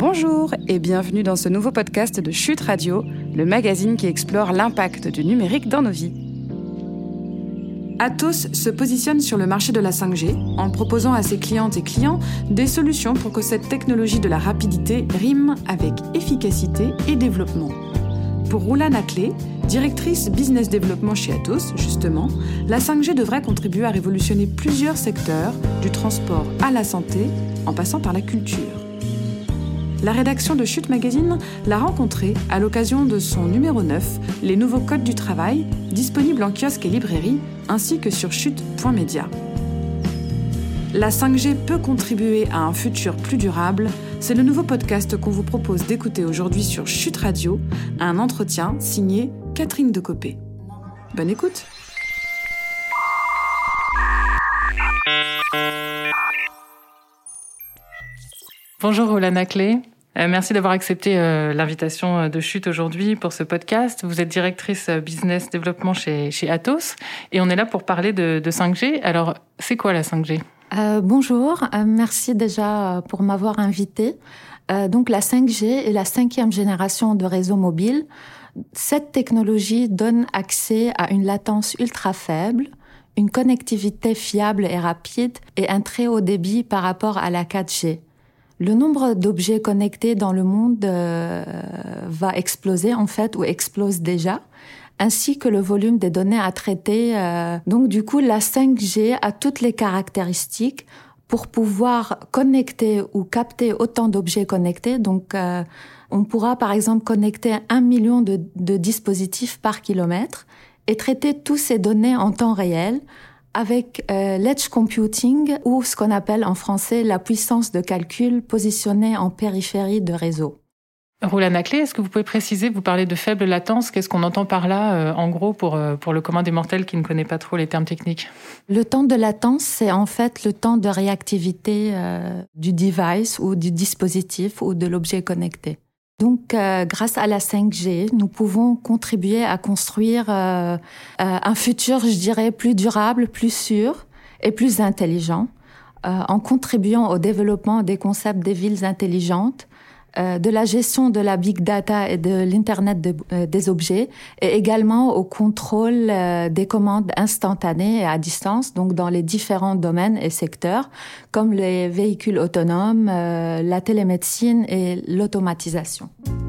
Bonjour et bienvenue dans ce nouveau podcast de Chute Radio, le magazine qui explore l'impact du numérique dans nos vies. Atos se positionne sur le marché de la 5G en proposant à ses clientes et clients des solutions pour que cette technologie de la rapidité rime avec efficacité et développement. Pour Roula Naclé, directrice business développement chez Atos, justement, la 5G devrait contribuer à révolutionner plusieurs secteurs, du transport à la santé, en passant par la culture. La rédaction de Chute Magazine l'a rencontrée à l'occasion de son numéro 9, Les nouveaux codes du travail, disponibles en kiosque et librairie, ainsi que sur chute.media. La 5G peut contribuer à un futur plus durable. C'est le nouveau podcast qu'on vous propose d'écouter aujourd'hui sur Chute Radio, un entretien signé Catherine Decopé. Bonne écoute. Bonjour Roula Naclé. Merci d'avoir accepté l'invitation de Chute aujourd'hui pour ce podcast. Vous êtes directrice business développement chez Atos et on est là pour parler de 5G. Alors, c'est quoi la 5G ? Bonjour, merci déjà pour m'avoir invitée. Donc la 5G est la 5e génération de réseaux mobiles. Cette technologie donne accès à une latence ultra faible, une connectivité fiable et rapide et un très haut débit par rapport à la 4G. Le nombre d'objets connectés dans le monde va exploser en fait ou explose déjà, ainsi que le volume des données à traiter. Donc du coup, la 5G a toutes les caractéristiques pour pouvoir connecter ou capter autant d'objets connectés. Donc on pourra par exemple connecter 1 million de dispositifs par kilomètre et traiter toutes ces données en temps réel avec l'edge computing ou ce qu'on appelle en français la puissance de calcul positionnée en périphérie de réseau. Roula Naclé, est-ce que vous pouvez préciser, vous parlez de faible latence, qu'est-ce qu'on entend par là, en gros, pour le commun des mortels qui ne connaît pas trop les termes techniques ? Le temps de latence, c'est en fait le temps de réactivité du device ou du dispositif ou de l'objet connecté. Donc, grâce à la 5G, nous pouvons contribuer à construire un futur, je dirais, plus durable, plus sûr et plus intelligent, en contribuant au développement des concepts des villes intelligentes, de la gestion de la big data et de l'internet des objets, et également au contrôle des commandes instantanées et à distance, donc dans les différents domaines et secteurs, comme les véhicules autonomes, la télémédecine et l'automatisation.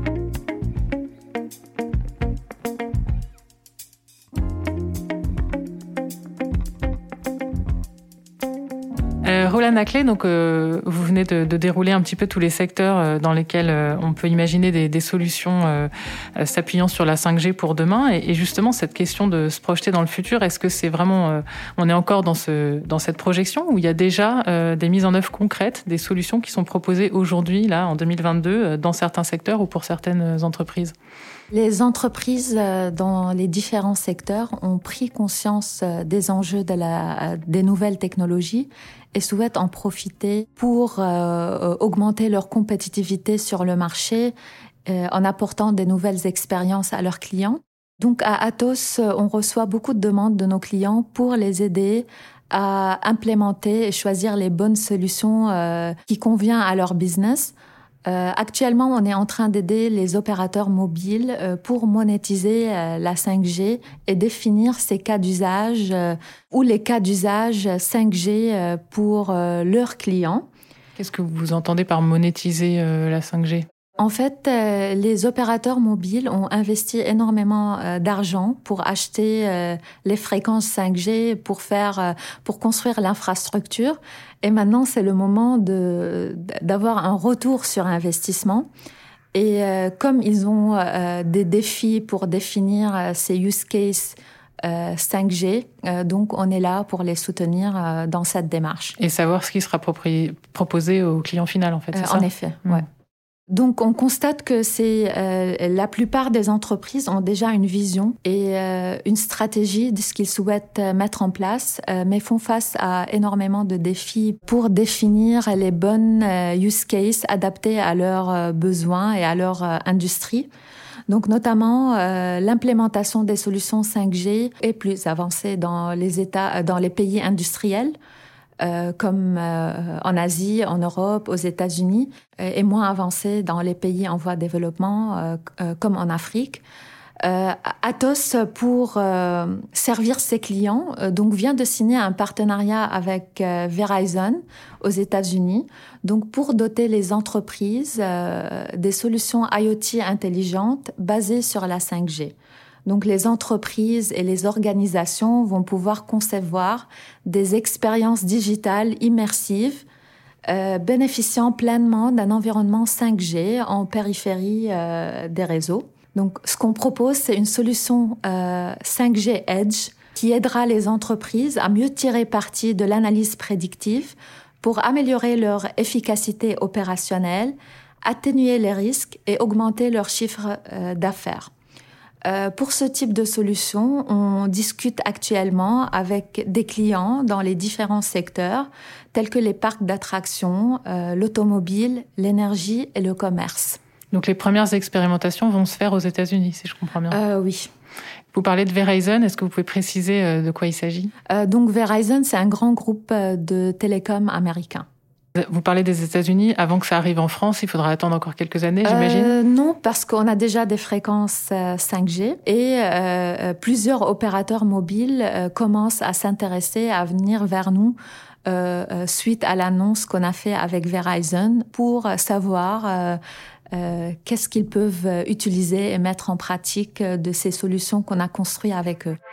Roula Naclé, donc vous venez de dérouler un petit peu tous les secteurs dans lesquels on peut imaginer des solutions s'appuyant sur la 5G pour demain. Et justement, cette question de se projeter dans le futur, est-ce que c'est vraiment, on est encore dans cette projection où il y a déjà des mises en œuvre concrètes, des solutions qui sont proposées aujourd'hui, là, en 2022, dans certains secteurs ou pour certaines entreprises ? Les entreprises dans les différents secteurs ont pris conscience des enjeux des nouvelles technologies et souhaitent en profiter pour augmenter leur compétitivité sur le marché en apportant des nouvelles expériences à leurs clients. Donc à Atos, on reçoit beaucoup de demandes de nos clients pour les aider à implémenter et choisir les bonnes solutions qui conviennent à leur business. Actuellement, on est en train d'aider les opérateurs mobiles pour monétiser la 5G et définir ces cas d'usage ou les cas d'usage 5G pour leurs clients. Qu'est-ce que vous entendez par monétiser la 5G ? En fait, les opérateurs mobiles ont investi énormément d'argent pour acheter les fréquences 5G, pour construire l'infrastructure. Et maintenant, c'est le moment d'avoir un retour sur investissement. Et comme ils ont des défis pour définir ces use cases 5G, donc on est là pour les soutenir dans cette démarche. Et savoir ce qui sera proposé au client final, en fait, c'est ça ? En effet, ouais. Donc, on constate que la plupart des entreprises ont déjà une vision et une stratégie de ce qu'ils souhaitent mettre en place, mais font face à énormément de défis pour définir les bonnes use cases adaptés à leurs besoins et à leur industrie. Donc, notamment, l'implémentation des solutions 5G est plus avancée dans les pays industriels. comme en Asie, en Europe, aux États-Unis, et moins avancées dans les pays en voie de développement, comme en Afrique. Atos, pour servir ses clients, donc vient de signer un partenariat avec Verizon aux États-Unis, donc pour doter les entreprises des solutions IoT intelligentes basées sur la 5G. Donc les entreprises et les organisations vont pouvoir concevoir des expériences digitales immersives bénéficiant pleinement d'un environnement 5G en périphérie des réseaux. Donc, ce qu'on propose, c'est une solution 5G Edge qui aidera les entreprises à mieux tirer parti de l'analyse prédictive pour améliorer leur efficacité opérationnelle, atténuer les risques et augmenter leur chiffre d'affaires. Pour ce type de solution, on discute actuellement avec des clients dans les différents secteurs tels que les parcs d'attractions, l'automobile, l'énergie et le commerce. Donc les premières expérimentations vont se faire aux États-Unis, si je comprends bien. Oui. Vous parlez de Verizon, est-ce que vous pouvez préciser de quoi il s'agit ? Donc Verizon, c'est un grand groupe de télécom américain. Vous parlez des États-Unis, avant que ça arrive en France, il faudra attendre encore quelques années, j'imagine ? Non, parce qu'on a déjà des fréquences 5G et plusieurs opérateurs mobiles commencent à s'intéresser, à venir vers nous suite à l'annonce qu'on a fait avec Verizon pour savoir qu'est-ce qu'ils peuvent utiliser et mettre en pratique de ces solutions qu'on a construites avec eux.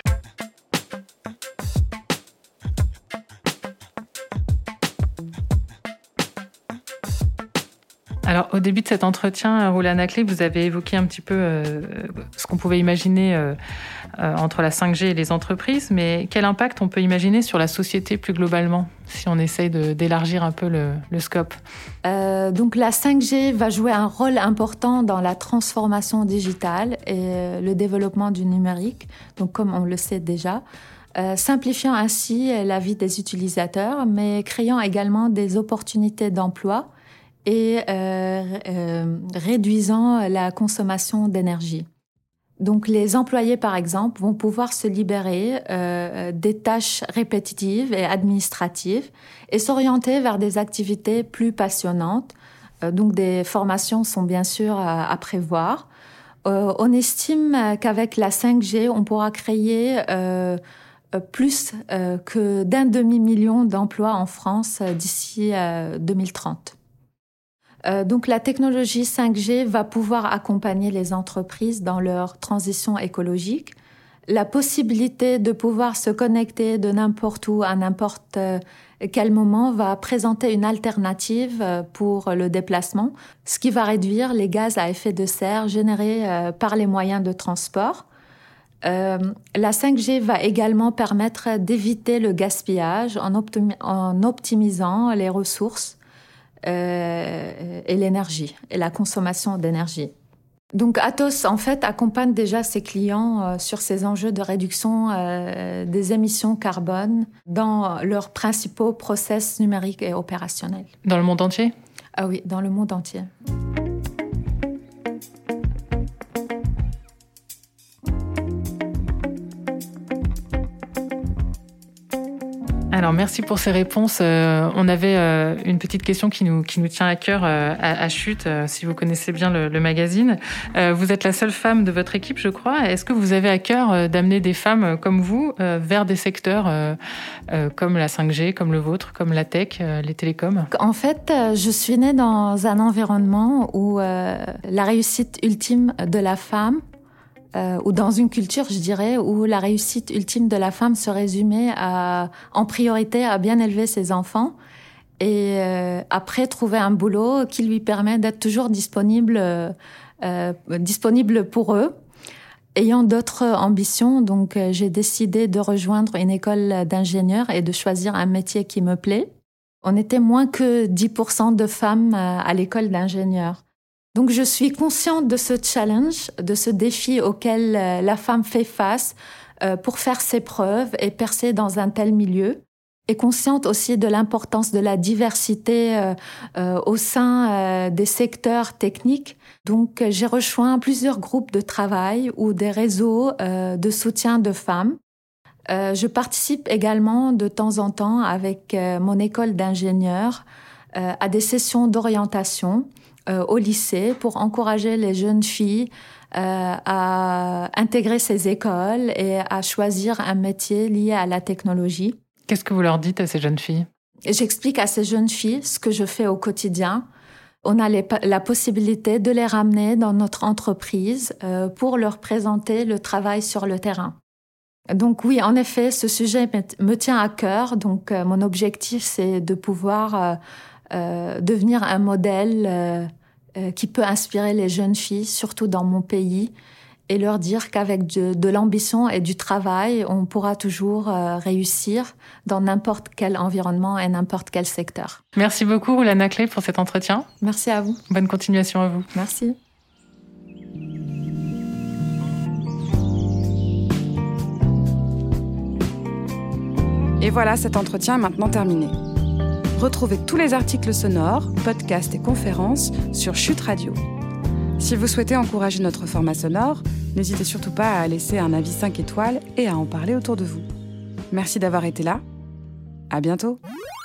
Alors, au début de cet entretien, Roulane Akle, vous avez évoqué un petit peu ce qu'on pouvait imaginer entre la 5G et les entreprises, mais quel impact on peut imaginer sur la société plus globalement, si on essaye d'élargir un peu le scope ? Donc la 5G va jouer un rôle important dans la transformation digitale et le développement du numérique, donc comme on le sait déjà, simplifiant ainsi la vie des utilisateurs, mais créant également des opportunités d'emploi et réduisant la consommation d'énergie. Donc les employés, par exemple, vont pouvoir se libérer des tâches répétitives et administratives et s'orienter vers des activités plus passionnantes. Donc des formations sont bien sûr à prévoir. On estime qu'avec la 5G, on pourra créer plus que d'1 demi-million d'emplois en France d'ici 2030. Donc la technologie 5G va pouvoir accompagner les entreprises dans leur transition écologique. La possibilité de pouvoir se connecter de n'importe où à n'importe quel moment va présenter une alternative pour le déplacement, ce qui va réduire les gaz à effet de serre générés par les moyens de transport. La 5G va également permettre d'éviter le gaspillage en optimisant les ressources et l'énergie, et la consommation d'énergie. Donc Atos, en fait, accompagne déjà ses clients sur ces enjeux de réduction des émissions carbone dans leurs principaux process numériques et opérationnels. Dans le monde entier ? Ah oui, dans le monde entier. Alors, merci pour ces réponses. On avait une petite question qui nous tient à cœur à Chute, si vous connaissez bien le magazine. Vous êtes la seule femme de votre équipe, je crois. Est-ce que vous avez à cœur d'amener des femmes comme vous vers des secteurs comme la 5G, comme le vôtre, comme la tech, les télécoms ? En fait, je suis née dans un environnement où la réussite ultime de la femme, ou dans une culture, je dirais, où la réussite ultime de la femme se résumait en priorité à bien élever ses enfants et après trouver un boulot qui lui permet d'être toujours disponible pour eux. Ayant d'autres ambitions, donc j'ai décidé de rejoindre une école d'ingénieur et de choisir un métier qui me plaît. On était moins que 10% de femmes à l'école d'ingénieur. Donc, je suis consciente de ce challenge, de ce défi auquel la femme fait face pour faire ses preuves et percer dans un tel milieu. Et consciente aussi de l'importance de la diversité au sein des secteurs techniques. Donc, j'ai rejoint plusieurs groupes de travail ou des réseaux de soutien de femmes. Je participe également de temps en temps avec mon école d'ingénieur à des sessions d'orientation au lycée pour encourager les jeunes filles à intégrer ces écoles et à choisir un métier lié à la technologie. Qu'est-ce que vous leur dites à ces jeunes filles ? J'explique à ces jeunes filles ce que je fais au quotidien. On a la possibilité de les ramener dans notre entreprise pour leur présenter le travail sur le terrain. Donc oui, en effet, ce sujet me tient à cœur. Donc mon objectif, c'est de pouvoir devenir un modèle qui peut inspirer les jeunes filles, surtout dans mon pays, et leur dire qu'avec de l'ambition et du travail, on pourra toujours réussir dans n'importe quel environnement et n'importe quel secteur. Merci beaucoup, Roulane Aclé, pour cet entretien. Merci à vous. Bonne continuation à vous. Merci. Et voilà, cet entretien est maintenant terminé. Retrouvez tous les articles sonores, podcasts et conférences sur Chute Radio. Si vous souhaitez encourager notre format sonore, n'hésitez surtout pas à laisser un avis 5 étoiles et à en parler autour de vous. Merci d'avoir été là. À bientôt.